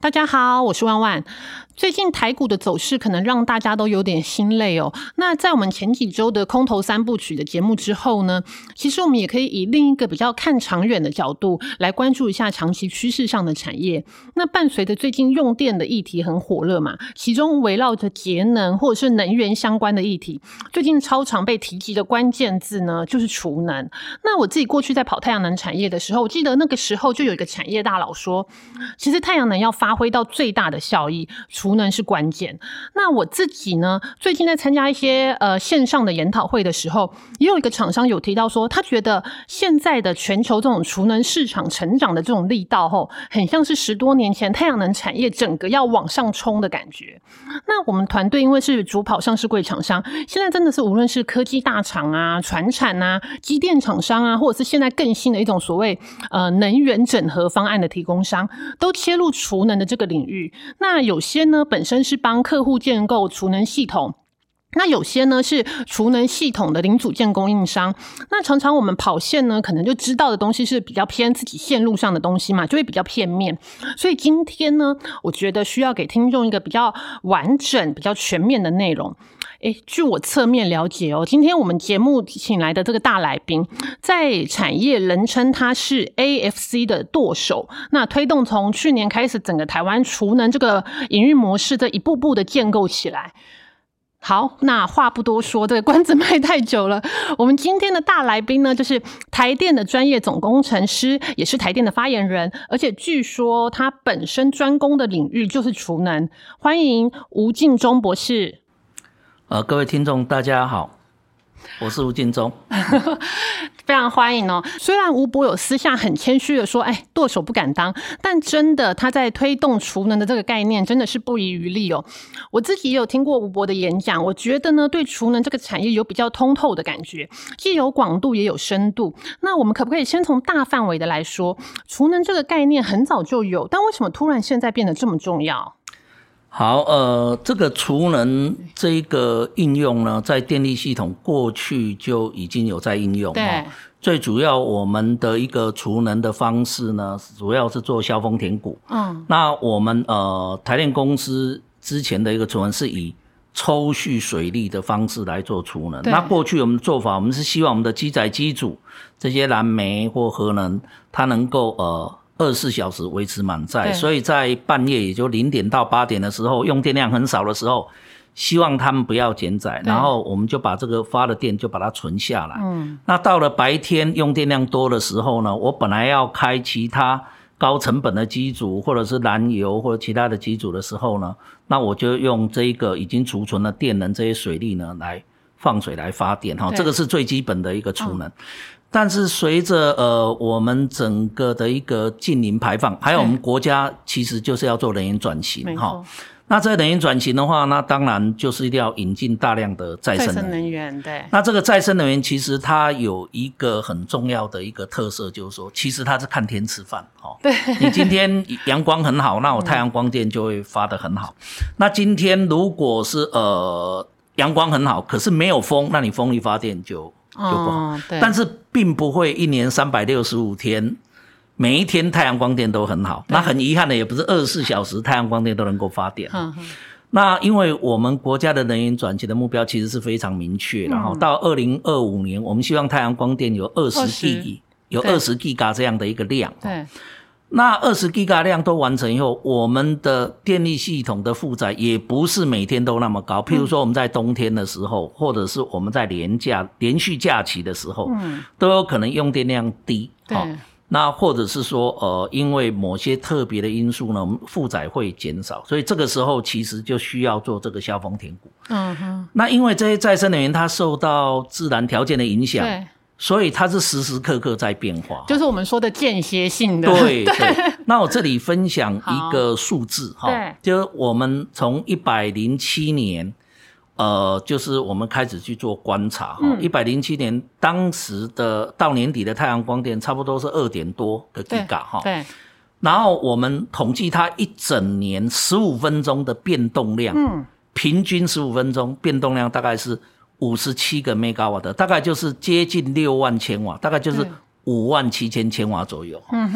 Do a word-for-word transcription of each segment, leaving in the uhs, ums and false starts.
大家好，我是万万。最近台股的走势可能让大家都有点心累哦。那在我们前几周的空头三部曲的节目之后呢，其实我们也可以以另一个比较看长远的角度来关注一下长期趋势上的产业。那伴随着最近用电的议题很火热嘛，其中围绕着节能或者是能源相关的议题，最近超常被提及的关键字呢就是储能。那我自己过去在跑太阳能产业的时候，我记得那个时候就有一个产业大佬说，其实太阳能要发挥到最大的效益，储能是关键。那我自己呢，最近在参加一些呃线上的研讨会的时候，也有一个厂商有提到说，他觉得现在的全球这种储能市场成长的这种力道吼，很像是十多年前太阳能产业整个要往上冲的感觉。那我们团队因为是主跑上市柜厂商，现在真的是无论是科技大厂啊、传产啊、机电厂商啊，或者是现在更新的一种所谓呃能源整合方案的提供商，都切入储能的这个领域。那有些呢本身是帮客户建构储能系统，那有些呢是储能系统的零组件供应商。那常常我们跑线呢可能就知道的东西是比较偏自己线路上的东西嘛，就会比较片面。所以今天呢，我觉得需要给听众一个比较完整比较全面的内容。诶，据我侧面了解哦，今天我们节目请来的这个大来宾，在产业人称他是 A F C 的舵手，那推动从去年开始整个台湾储能这个营运模式，这一步步的建构起来。好，那话不多说，这个关子卖太久了。我们今天的大来宾呢，就是台电的专业总工程师，也是台电的发言人，而且据说他本身专攻的领域就是储能。欢迎吴敬中博士。 呃，各位听众大家好，我是吴敬中。 非常欢迎哦。虽然吴博有私下很谦虚的说，哎，舵手不敢当，但真的他在推动储能的这个概念真的是不遗余力哦。我自己也有听过吴博的演讲，我觉得呢对储能这个产业有比较通透的感觉，既有广度也有深度。那我们可不可以先从大范围的来说，储能这个概念很早就有，但为什么突然现在变得这么重要？ 好，呃，这个储能这一个应用呢，在电力系统过去就已经有在应用。 对， 最主要我们的一个储能的方式呢，主要是做削峰填谷。嗯，那我们呃台电公司之前的一个储能是以抽蓄水力的方式来做储能。那过去我们的做法，我们是希望我们的机载机组这些燃煤或核能，它能够呃。二十四小时维持满载，所以在半夜也就零点到八点的时候，用电量很少的时候，希望他们不要减载，然后我们就把这个发的电就把它存下来。嗯，那到了白天用电量多的时候呢，我本来要开其他高成本的机组或者是燃油或者其他的机组的时候呢，那我就用这一个已经储存的电能这些水力呢来放水来发电，这个是最基本的一个储能。嗯，但是随着呃我们整个的一个净零排放，还有我们国家其实就是要做能源转型哈。那这个能源转型的话，那当然就是一定要引进大量的再生能源。再生能源，对。那这个再生能源其实它有一个很重要的一个特色，就是说，其实它是看天吃饭哈。对。你今天阳光很好，那我太阳光电就会发得很好。嗯，那今天如果是呃阳光很好，可是没有风，那你风力发电就就不好。哦，对。但是并不会一年三百六十五天每一天太阳光电都很好，那很遗憾的也不是二十四小时太阳光电都能够发电。嗯，那因为我们国家的能源转型的目标其实是非常明确，然后到二零二五年我们希望太阳光电有二十 G 有二十 G 这样的一个量。对。那二十 G 量都完成以后，我们的电力系统的负载也不是每天都那么高。譬如说我们在冬天的时候，或者是我们在连假连续假期的时候，嗯，都有可能用电量低。对。那或者是说呃因为某些特别的因素呢，我们负载会减少，所以这个时候其实就需要做这个削峰填谷。嗯哼。那因为这些再生能源它受到自然条件的影响，对，所以它是时时刻刻在变化，就是我们说的间歇性的。对 对, 对。那我这里分享一个数字哈，对，就是我们从一百零七年呃，就是我们开始去做观察哈，一百零七年当时的到年底的太阳光电差不多是二点多个 Giga 哈，对。然后我们统计它一整年十五分钟的变动量，嗯，平均十五分钟变动量大概是五十七个 megawatt， 大概就是接近六万千瓦，大概就是五万七千千瓦左右。嗯哼。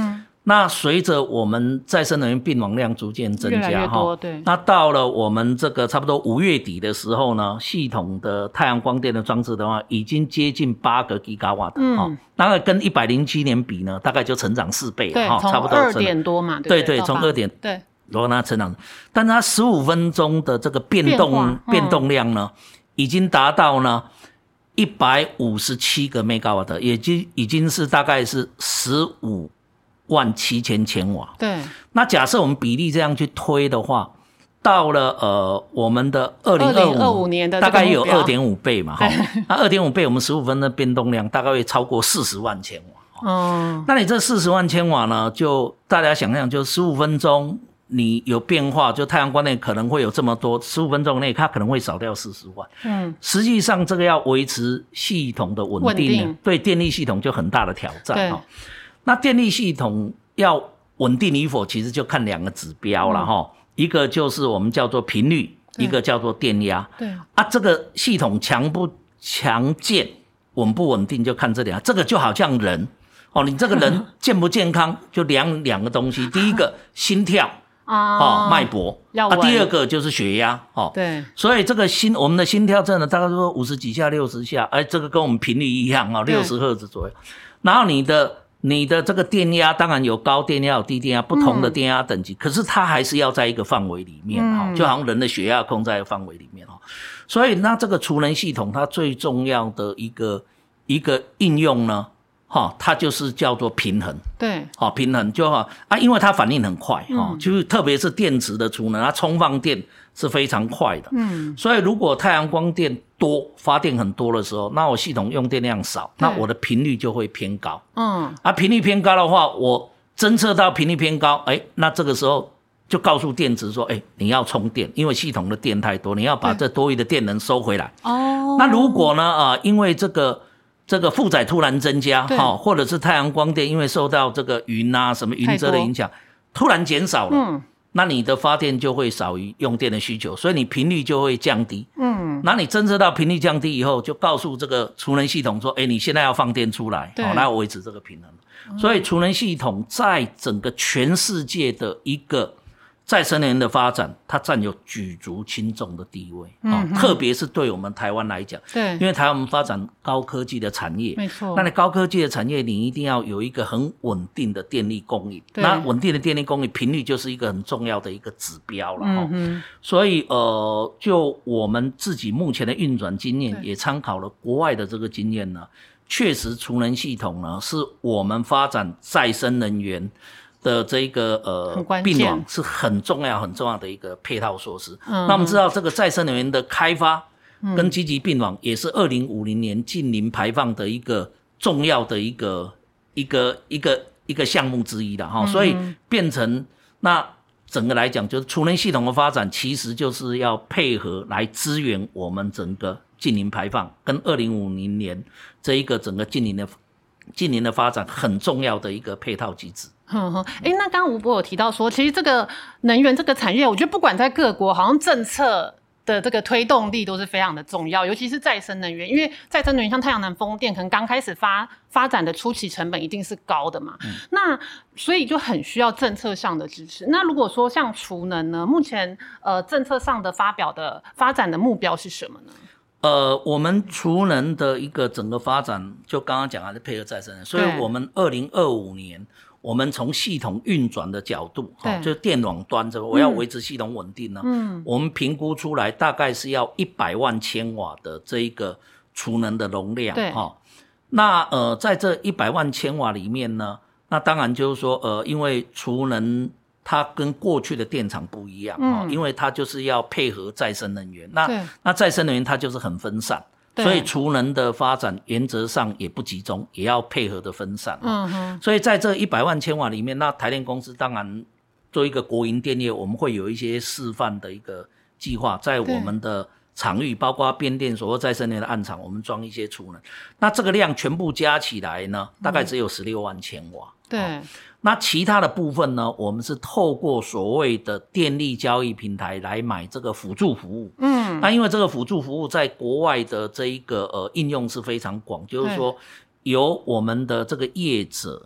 那随着我们再生能源并网量逐渐增加， 越来越多，对。 那到了我们这个差不多五月底的时候呢，系统的太阳光电的装置的话，已经接近八个 gigawatt， 嗯，哦，大概跟一百零七年比呢，大概就成长四倍了， 对， 哦，差不多二点多嘛， 对对，从二点对， 然后它成长，但它十五分钟的这个变动 变,、嗯、变动量呢，已经达到呢一百五十七个 megawatt， 也经已经是大概是十五万七千千瓦。 对， 那假设我们比例这样去推的话，到了呃我们的二零二五年的大概有 二点五 倍嘛，那 二点五 倍我们十五分的变动量大概会超过四十万千瓦。哦，那你这四十万千瓦呢，就大家想象就十五分钟你有变化，就太阳光电可能会有这么多，十五分钟内它可能会少掉四十万。嗯，实际上这个要维持系统的稳定，稳定对电力系统就很大的挑战。对，那电力系统要稳定与否，其实就看两个指标了哈、嗯，一个就是我们叫做频率，一个叫做电压。对啊，这个系统强不强健、稳不稳定，就看这两个。这个就好像人哦，你这个人健不健康，就量两个东西，第一个心跳。啊、哦，脉搏啊，第二个就是血压哦。对，所以这个心，我们的心跳真的大概说五十几下、六十下，哎，这个跟我们频率一样哦，六十赫兹左右。然后你的你的这个电压，当然有高电压、有低电压，不同的电压等级，嗯、可是它还是要在一个范围里面哈、嗯，就好像人的血压控在一个范围里面哈。所以那这个储能系统它最重要的一个一个应用呢？哈，它就是叫做平衡，对，好平衡就好啊，因为它反应很快，哈、嗯，就是特别是电池的储能，它充放电是非常快的，嗯，所以如果太阳光电多，发电很多的时候，那我系统用电量少，那我的频率就会偏高，嗯，啊，频率偏高的话，我侦测到频率偏高，哎，那这个时候就告诉电池说，哎，你要充电，因为系统的电太多，你要把这多余的电能收回来，哦，那如果呢，啊、呃，因为这个。这个负载突然增加，哦、或者是太阳光电因为受到这个云啊什么云遮的影响，突然减少了，嗯，那你的发电就会少于用电的需求，所以你频率就会降低，嗯，那你侦测到频率降低以后，就告诉这个储能系统说，哎，你现在要放电出来，好、哦，来维持这个平衡。嗯、所以储能系统在整个全世界的一个再生能源的发展，它占有举足轻重的地位，嗯哦、特别是对我们台湾来讲，对，因为台湾我们发展高科技的产业，没错，那你高科技的产业，你一定要有一个很稳定的电力供应，那稳定的电力供应频率就是一个很重要的一个指标了，嗯哼，所以呃，就我们自己目前的运转经验，也参考了国外的这个经验呢，确实储能系统呢是我们发展再生能源的这个呃并网是很重要很重要的一个配套措施。嗯，那我们知道这个再生能源的开发跟积极并网也是二零五零年净零排放的一个重要的一个一个一个一个项目之一的哈、嗯，所以变成那整个来讲，就是储能系统的发展，其实就是要配合来支援我们整个净零排放跟二零五零年这一个整个净零的净零的发展很重要的一个配套机制。 哼哼，哎，那刚刚吴伯有提到说，其实这个能源这个产业，我觉得不管在各国，好像政策的这个推动力都是非常的重要，尤其是再生能源，因为再生能源像太阳能、风电，可能刚开始发发展的初期成本一定是高的嘛，嗯、那所以就很需要政策上的支持。那如果说像储能呢，目前呃政策上的发表的发展的目标是什么呢？ 呃，我们储能的一个整个发展，就刚刚讲还是配合再生能源，所以我们二零二五年。我们从系统运转的角度，哦、就是电网端这个，我要维持系统稳定呢、嗯。我们评估出来大概是要一百万千瓦的这一个储能的容量，对，哦、那呃，在这一百万千瓦里面呢，那当然就是说，呃，因为储能它跟过去的电厂不一样，嗯哦、因为它就是要配合再生能源，那那再生能源它就是很分散。所以储能的发展原则上也不集中，也要配合的分散。嗯哼。所以在这一百万千瓦里面，那台电公司当然做一个国营电业，我们会有一些示范的一个计划，在我们的场域，包括变电所或再生能源的案场，我们装一些储能。那这个量全部加起来呢，大概只有十六万千瓦。对。哦，那其他的部分呢，我们是透过所谓的电力交易平台来买这个辅助服务。嗯，那因为这个辅助服务在国外的这一个呃应用是非常广，就是说由我们的这个业者哈、哦，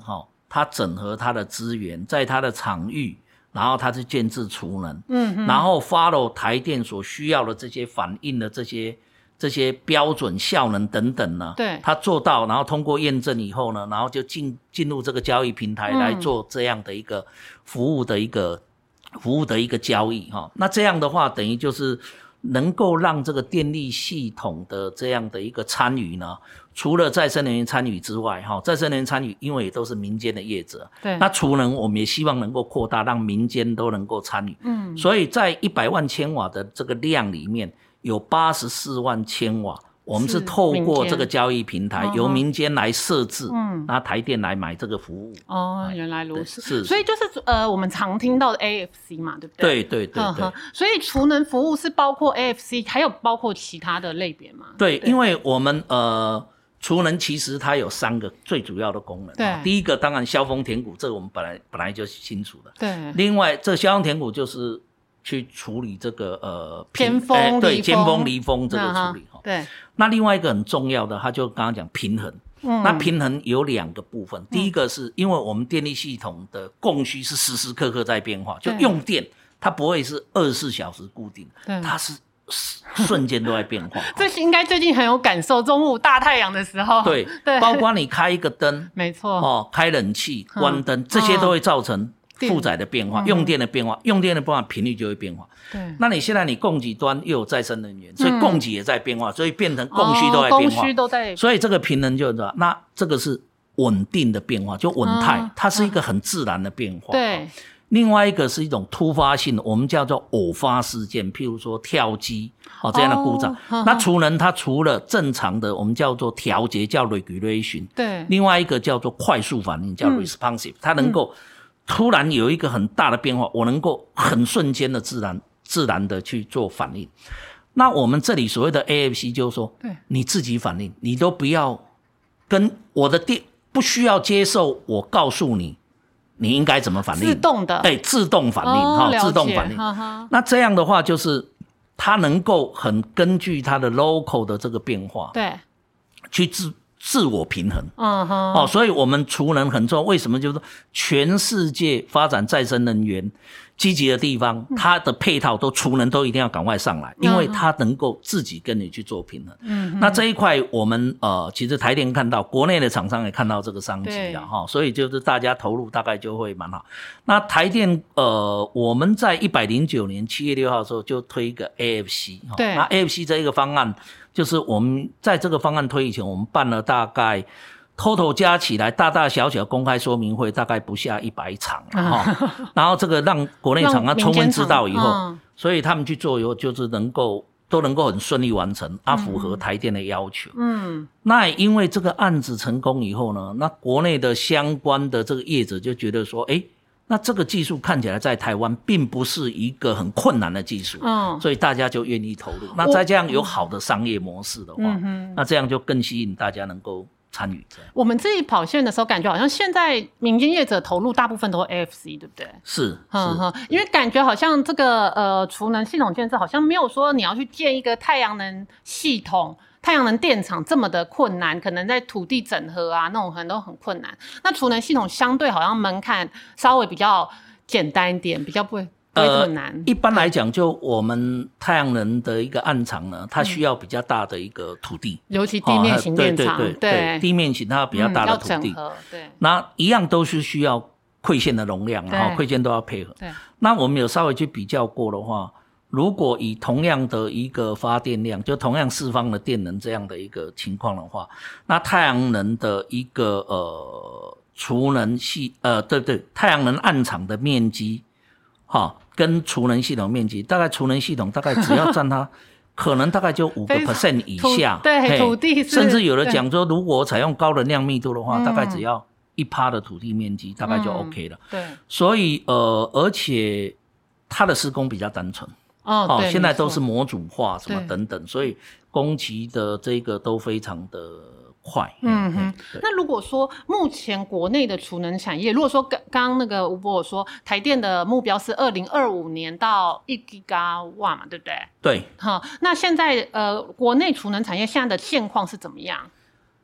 它整合它的资源，在它的场域，然后它去建制储能， 嗯， 然后 follow 台电所需要的这些反应的这些这些标准效能等等呢， 对， 它做到，然后通过验证以后呢，然后就进进入这个交易平台来做这样的一个服务的一个、嗯、服务的一个交易哈。那这样的话，等于就是能够让这个电力系统的这样的一个参与呢，除了再生能源参与之外，哈，再生能源参与，因为也都是民间的业者， 对， 那储能我们也希望能够扩大，让民间都能够参与，嗯，所以在一百万千瓦的这个量里面，有八十四万千瓦。我们是透过这个交易平台，由民间来设置，嗯，那台电来买这个服务。 哦，原来如此， 是， 所以就是呃，我们常听到的 A F C 嘛，对不对？对对对对。 呵呵，所以储能服务是包括 A F C， 还有包括其他的类别吗？ 对，对，因为我们呃，储能其实它有三个最主要的功能。 对， 第一个当然消峰填谷，这个我们本来本来就清楚的。 对。 另外，这消峰填谷就是去处理这个呃偏风、 欸、对尖峰离峰这个处理哈。 对。 那另外一个很重要的，它就刚刚讲平衡。嗯。那平衡有两个部分，第一个是因为我们电力系统的供需是时时刻刻在变化，就用电它不会是二十四小时固定，它是瞬间都在变化。 这应该最近很有感受，中午大太阳的时候。 对。对。包括你开一个灯， 没错。 哦，开冷气、关灯，这些都会造成负载的变化，用电的变化，用电的变化频率就会变化。 对， 那你现在你供给端又有再生能源，所以供给也在变化，嗯、所以变成供需都在变化， 供需都在， 所以这个平衡就那这个是稳定的变化，就稳态、嗯，它是一个很自然的变化。 对。 另外一个是一种突发性的，我们叫做偶发事件，譬如说跳机哦这样的故障。哦、那储能它除了正常的我们叫做调节叫 regulation， 对， 另外一个叫做快速反应叫 responsive，、嗯、它能够突然有一个很大的变化，我能够很瞬间的自然自然的去做反应。那我们这里所谓的 A F C 就是说，对，你自己反应，你都不要跟我的电，不需要接受我告诉你。你应该怎么反应？ 自动的， 对，自动反应，哦、自动反应。 呵呵，那这样的话，就是它能够很根据它的 local 的这个变化， 对， 去自自我平衡。 嗯哼， 哦，所以我们储能很重要。为什么？就是说，全世界发展再生能源积极的地方，它的配套都储能都一定要赶快上来，因为它能够自己跟你去做平衡。嗯，那这一块我们呃，其实台电看到，国内的厂商也看到这个商机啊，哈，所以就是大家投入大概就会蛮好。那台电呃，我们在一百零九年七月六号的时候就推一个 A F C， 对， 那 A F C 这一个方案，就是我们在这个方案推以前，我们办了大概。total 加起来大大小小公开说明会大概不下一百场、啊哦、然后这个让国内厂商充分知道以后、嗯、所以他们去做以后就是能够都能够很顺利完成啊，符合台电的要求。嗯，那因为这个案子成功以后呢，那国内的相关的这个业者就觉得说，诶那这个技术看起来在台湾并不是一个很困难的技术，嗯，所以大家就愿意投入。那再这样有好的商业模式的话，嗯、那这样就更吸引大家能够参与。 我们自己跑线的时候，感觉好像现在民间业者投入大部分都是 A F C， 对不对？ 是， 呵呵，因为感觉好像这个呃储能系统建设好像没有说你要去建一个太阳能系统、太阳能电厂这么的困难，可能在土地整合啊那种很都很困难。那储能系统相对好像门槛稍微比较简单一点，比较不会。呃， 一般来讲，就我们太阳能的一个案场呢，它需要比较大的一个土地， 尤其地面型电厂， 哦、对对 对, 对，地面型它比较大的土地， 嗯、对， 那一样都是需要馈线的容量，然后馈线都要配合。对，那我们有稍微去比较过的话，如果以同样的一个发电量，就同样四方的电能这样的一个情况的话，那太阳能的一个呃储能系呃，对对，太阳能案场的面积。哈，跟储能系统面积，大概储能系统大概只要占它，可能大概就五个 percent 以下。 对，土地是。 甚至有的讲说，如果采用高能量密度的话，大概只要一趴的土地面积，大概就 OK 了。 对。 所以呃，而且它的施工比较单纯。 哦， 哦，现在都是模组化什么等等，所以工期的这个都非常的。快， 嗯哼，那如果说目前国内的储能产业，如果说刚刚那个吴博有说台电的目标是二零二五年到一 gigawatt 嘛，对不对？ 对， 好，那现在呃国内储能产业现在的现况是怎么样？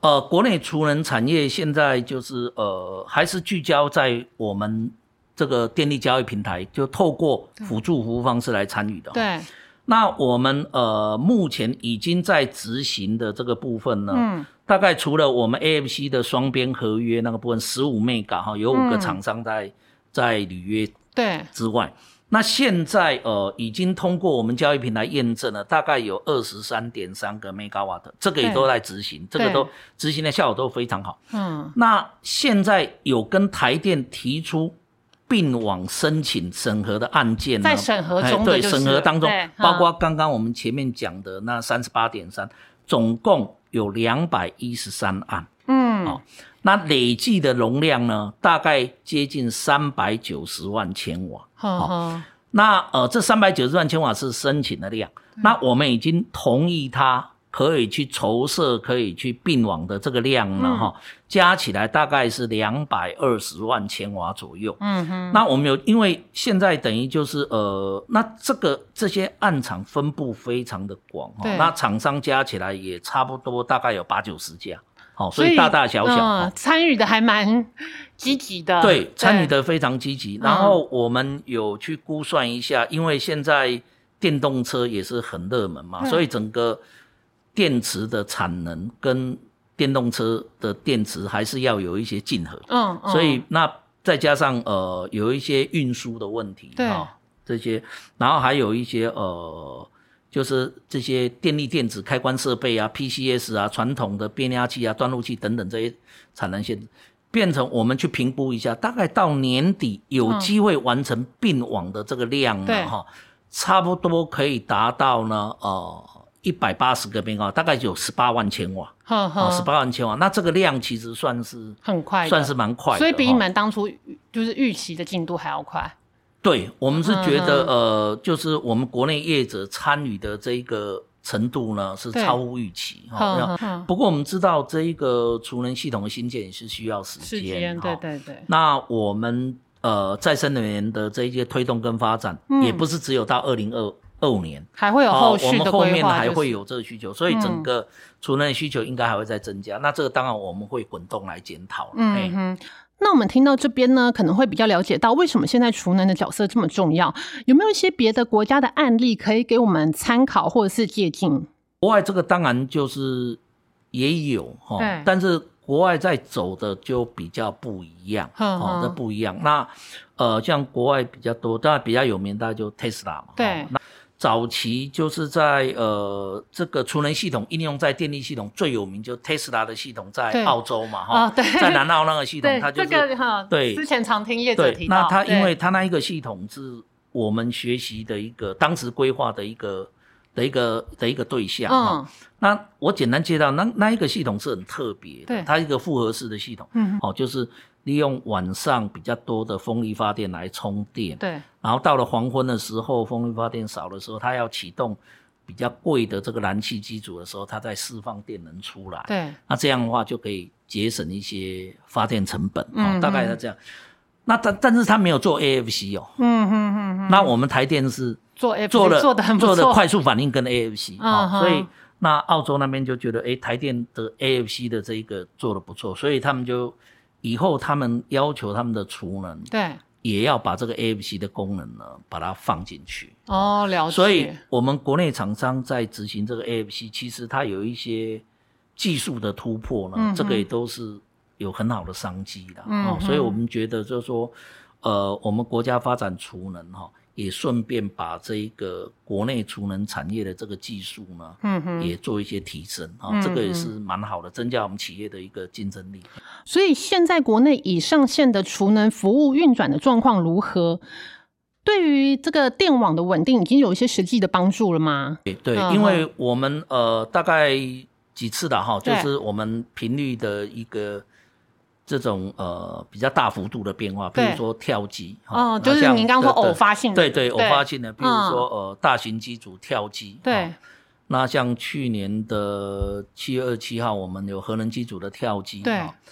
呃，国内储能产业现在就是呃，还是聚焦在我们这个电力交易平台，就透过辅助服务方式来参与的。 对。 那我们呃目前已经在执行的这个部分呢，嗯，大概除了我们 A F C 的双边合约那个部分十五 mega 哈，有五个厂商在、嗯、在履约对之外。那现在呃已经通过我们交易平台验证了，大概有 二十三点三 个 megawatt， 这个也都在执行，这个都执行的效果都非常好。嗯，那现在有跟台电提出并网申请审核的案件呢， 在审核中的、就是、 对，审核当中，包括刚刚我们前面讲的那 三十八点三， 总共有两百一十三案。嗯，哦，那累计的容量呢，大概接近三百九十万千瓦。呵呵哦，那呃，这三百九十万千瓦是申请的量，那我们已经同意它可以去筹设、可以去并网的这个量呢，哈、嗯，加起来大概是两百二十万千瓦左右。嗯哼，那我们有，因为现在等于就是呃，那这个这些案场分布非常的广，那厂商加起来也差不多大概有八九十家。哦，所以大大小小， 嗯，参与的还蛮积极的。 对，参与的非常积极。然后我们有去估算一下，因为现在电动车也是很热门嘛，嗯，所以整个电池的产能跟电动车的电池还是要有一些竞合。嗯，嗯，所以那再加上呃有一些运输的问题，对，哦，这些，然后还有一些呃。就是这些电力电子开关设备啊 P C S 啊传统的变压器啊断路器等等这些产能线变成我们去评估一下，大概到年底有机会完成并网的这个量呢，嗯，差不多可以达到呢呃一百八十个兆瓦，大概有十八万千瓦。呵呵，十八万千瓦，那这个量其实算是很快， 算是蛮快的， 所以比你们当初就是预期的进度还要快。 对，我们是觉得、嗯、呃，就是我们国内业者参与的这一个程度呢是超乎预期。哦嗯、不过我们知道这一个储能系统的新建也是需要时间，时间对对对。 那我们呃再生能源的这一些推动跟发展，嗯、也不是只有到二零二五年， 还会有后续的规划， 我们后面还会有这个需求，就是、所以整个储能的需求应该还会再增加。嗯、那这个当然我们会滚动来检讨。嗯哼。那我们听到这边呢，可能会比较了解到为什么现在储能的角色这么重要，有没有一些别的国家的案例可以给我们参考或者是借鉴？ 国外这个当然就是也有，但是国外在走的就比较不一样，哦，这不一样。那呃，像国外比较多，当然比较有名，大概就 Tesla 嘛， 对。 那早期就是在呃这个储能系统应用在电力系统最有名，就 Tesla 的系统在澳洲嘛，哈、哦，在南澳那个系统，它就是这个哈，对，之前常听业者提到， 那它因为它那一个系统是我们学习的一个当时规划的一个的一个的一个对象，嗯，那我简单介绍，那那一个系统是很特别的，它是一个复合式的系统，嗯，哦，就是利用晚上比较多的风力发电来充电， 对， 然后到了黄昏的时候，风力发电少的时候，它要启动比较贵的这个燃气机组的时候，它再释放电能出来， 对， 那这样的话就可以节省一些发电成本，嗯、哦，大概是这样。那但但是它没有做 A F C 哦，嗯嗯嗯嗯，那我们台电是做 A F C 做了做的很不错， 做的快速反应跟 A F C， 嗯、哦，所以那澳洲那边就觉得，哎，台电的 A F C 的这一个做的不错，所以他们就。以后他们要求他们的储能， 对， 也要把这个 A F C 的功能呢，把它放进去。 哦，了解。 所以我们国内厂商在执行这个 A F C， 其实它有一些技术的突破呢，嗯、这个也都是有很好的商机的。嗯、哦，所以我们觉得就是说，呃，我们国家发展储能哈、哦。也顺便把这一个国内储能产业的这个技术呢，嗯哼，也做一些提升啊、嗯，这个也是蛮好的，增加我们企业的一个竞争力。 所以现在国内已上线的储能服务运转的状况如何？对于这个电网的稳定，已经有一些实际的帮助了吗？ 对对，嗯、因为我们呃大概几次的哈，就是我们频率的一个。这种呃比较大幅度的变化，比如说跳机， 哦，就是您刚刚说偶发性的， 对 对, 对，偶发性的，比如说、嗯、呃大型机组跳机， 对、 哦。那像去年的七月二十七号，我们有核能机组的跳机， 对。哦、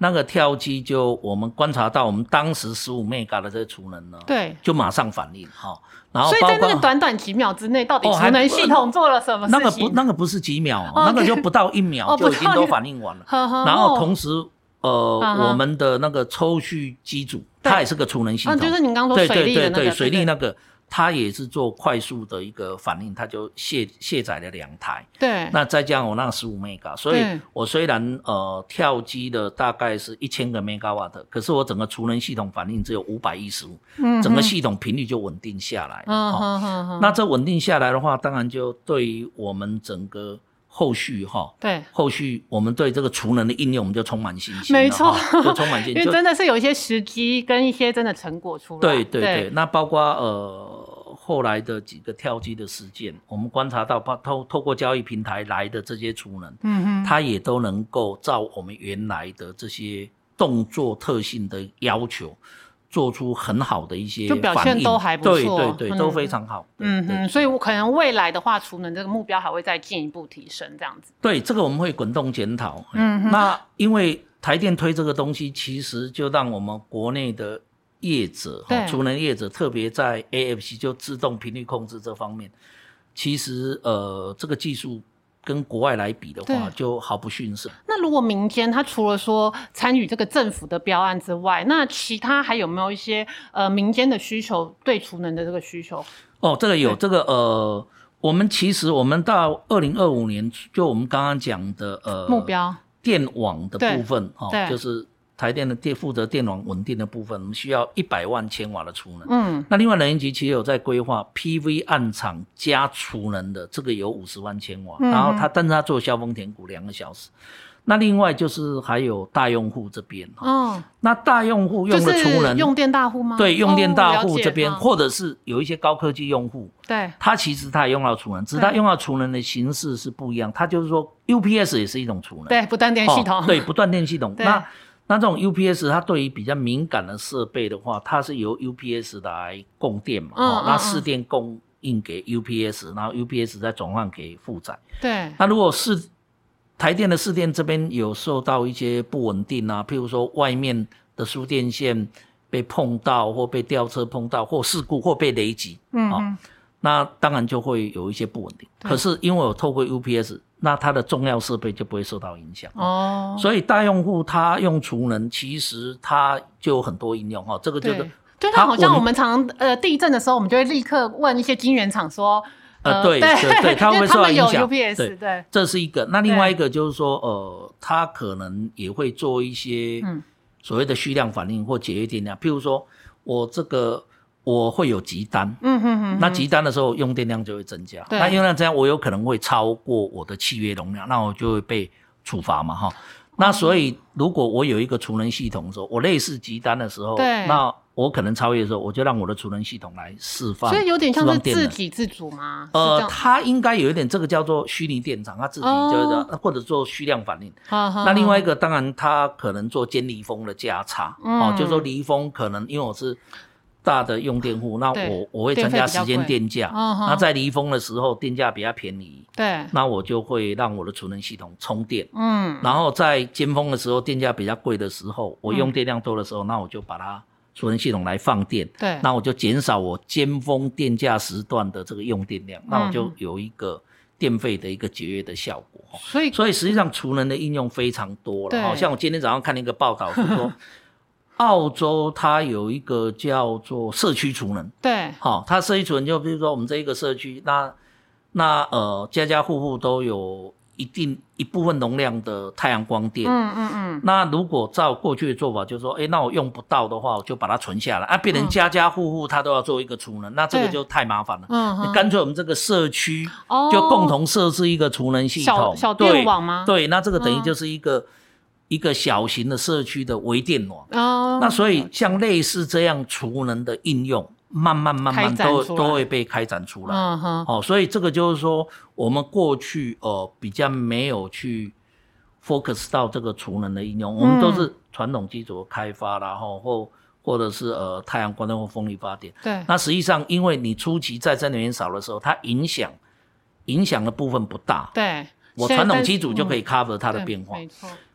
那个跳机就我们观察到，我们当时十五 mega 的这个储能呢， 对， 就马上反应哈。然后所以在那个短短几秒之内，到底储能系统做了什么事情？ 那个不，那个不是几秒，哦、那个就不到一秒就已经都反应完了。 哦、 然后同时，呃，呵我们的那个抽蓄机组，它也是个储能系统， 啊、就是您刚刚说水利的那个， 对对对对，水利那个。它也是做快速的一个反应，它就卸卸载了两台。 对， 那再加上我那个十五 mega， 所以我虽然呃跳机的大概是一千个 megawatt， 可是我整个储能系统反应只有五百一十五，整个系统频率就稳定下来了。嗯哦嗯、那这稳定下来的话，当然就对于我们整个后续哈， 对， 后续我们对这个储能的应用，我们就充满信心。 没错， 就充满信心， 因为真的是有一些时机跟一些真的成果出来。 对对 对, 对，那包括呃后来的几个跳机的事件，我们观察到，透透过交易平台来的这些储能，嗯哼，它也都能够照我们原来的这些动作特性的要求。做出很好的一些反应，就表现都还不错， 对对对，嗯、都非常好。 嗯哼，所以我可能未来的话，储能这个目标还会再进一步提升，这样子。 对，这个我们会滚动检讨。嗯，那因为台电推这个东西，其实就让我们国内的业者，储能业者，特别在 A F C 就自动频率控制这方面，其实呃这个技术。跟国外来比的话，就毫不逊色。 那如果民间它除了说参与这个政府的标案之外，那其他还有没有一些呃民间的需求对储能的这个需求？ 哦，这个有这个呃，我们其实我们到二零二五年，就我们刚刚讲的呃目标电网的部分哦，就是。台电的电负责电网稳定的部分，我们需要一百万千瓦的储能。嗯，那另外能源局其实有在规划 P V 案场加储能的，这个有五十万千瓦。嗯、然后它，但是它做消峰填谷两个小时。那另外就是还有大用户这边。哦，那大用户用的储能， 就是用电大户吗？ 对，用电大户这边，哦、或者是有一些高科技用户， 对， 它其实它也用到储能，只是它用到储能的形式是不一样。它就是说 U P S 也是一种储能， 对，不断电系统。 哦、对，不断电系统。那那这种 U P S 它对于比较敏感的设备的话，它是由 U P S 来供电嘛，嗯哦、那市电供应给 U P S， 然后 U P S 再转换给负载。 对， 那如果是台电的市电这边有受到一些不稳定啊，譬如说外面的输电线被碰到，或被吊车碰到，或事故，或被雷击，嗯、哦，那当然就会有一些不稳定。可是因为我透过 U P S。那它的重要设备就不会受到影响哦，所以大用户他用储能，其实它就有很多应用哈。这个就是， 就它好像我们常呃地震的时候，我们就会立刻问一些晶圆厂说， 呃，呃对对对，对它会不会受到影响？ 因为他们有 U P S， 对，对这是一个。那另外一个就是说，呃，它可能也会做一些所谓的虚量反应或节约电量，譬如说我这个。我会有急单，嗯哼哼，那急单的时候用电量就会增加，那用电量增加，我有可能会超过我的契约容量，那我就会被处罚嘛，哈。那所以如果我有一个储能系统的时候，我类似急单的时候， 对， 那我可能超越的时候，我就让我的储能系统来释放， 所以有点像是自给自足吗？ 呃，它应该有一点这个叫做虚拟电厂，它自己就是、哦、或者做虚量反应。好好好，那另外一个当然它可能做间离峰的价差，嗯，哦，就是说离峰可能因为我是。大的用电户，那我我会增加时间电价，哦、那在离峰的时候电价比较便宜， 对， 那我就会让我的储能系统充电，嗯，然后在尖峰的时候电价比较贵的时候，我用电量多的时候，嗯、那我就把它储能系统来放电， 对， 那我就减少我尖峰电价时段的这个用电量，嗯、那我就有一个电费的一个节约的效果， 所以所以实际上储能的应用非常多了，好像我今天早上看了一个报道是说。澳洲它有一个叫做社区储能， 对， 好、哦，它社区储能就比如说我们这一个社区，那那呃家家户户都有一定一部分容量的太阳光电，嗯嗯嗯，那如果照过去的做法，就是说，哎，那我用不到的话，我就把它存下来，啊，变成家家户户它都要做一个储能，嗯、那这个就太麻烦了，嗯，你干脆我们这个社区就共同设置一个储能系统， 小小电网吗？ 对，对，那这个等于就是一个。嗯一个小型的社区的微电网，哦，那所以像类似这样储能的应用，慢慢慢慢都都会被开展出来，嗯哼，哦，所以这个就是说，我们过去呃比较没有去 focus 到这个储能的应用，嗯、我们都是传统基础的开发啦，或或或者是呃太阳光电或风力发电， 对， 那实际上因为你初期再生能源少的时候，它影响影响的部分不大， 对， 我传统基础就可以 cover 它的变化， 嗯、没错。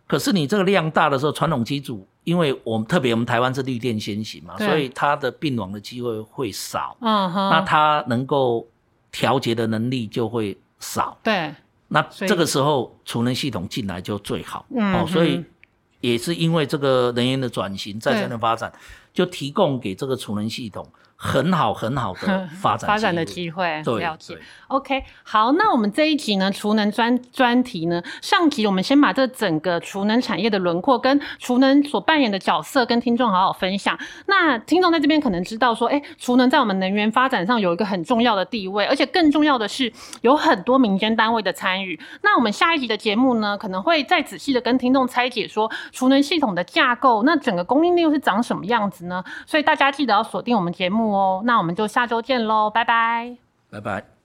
可是你这个量大的时候，传统机组，因为我们特别我们台湾是绿电先行嘛，所以它的并网的机会会少，嗯哼，那它能够调节的能力就会少， 对， 那这个时候储能系统进来就最好，嗯、哦，所以也是因为这个能源的转型、再生的发展，就提供给这个储能系统很好很好的发展发展的机会， 对， 了解。OK， 好，那我们这一集呢，储能专专题呢，上集我们先把这整个储能产业的轮廓跟储能所扮演的角色跟听众好好分享。那听众在这边可能知道说，哎，储能在我们能源发展上有一个很重要的地位，而且更重要的是有很多民间单位的参与。那我们下一集的节目呢，可能会再仔细的跟听众拆解说储能系统的架构，那整个供应链又是长什么样子呢？所以大家记得要锁定我们节目哦。那我们就下周见喽，拜拜， 拜拜。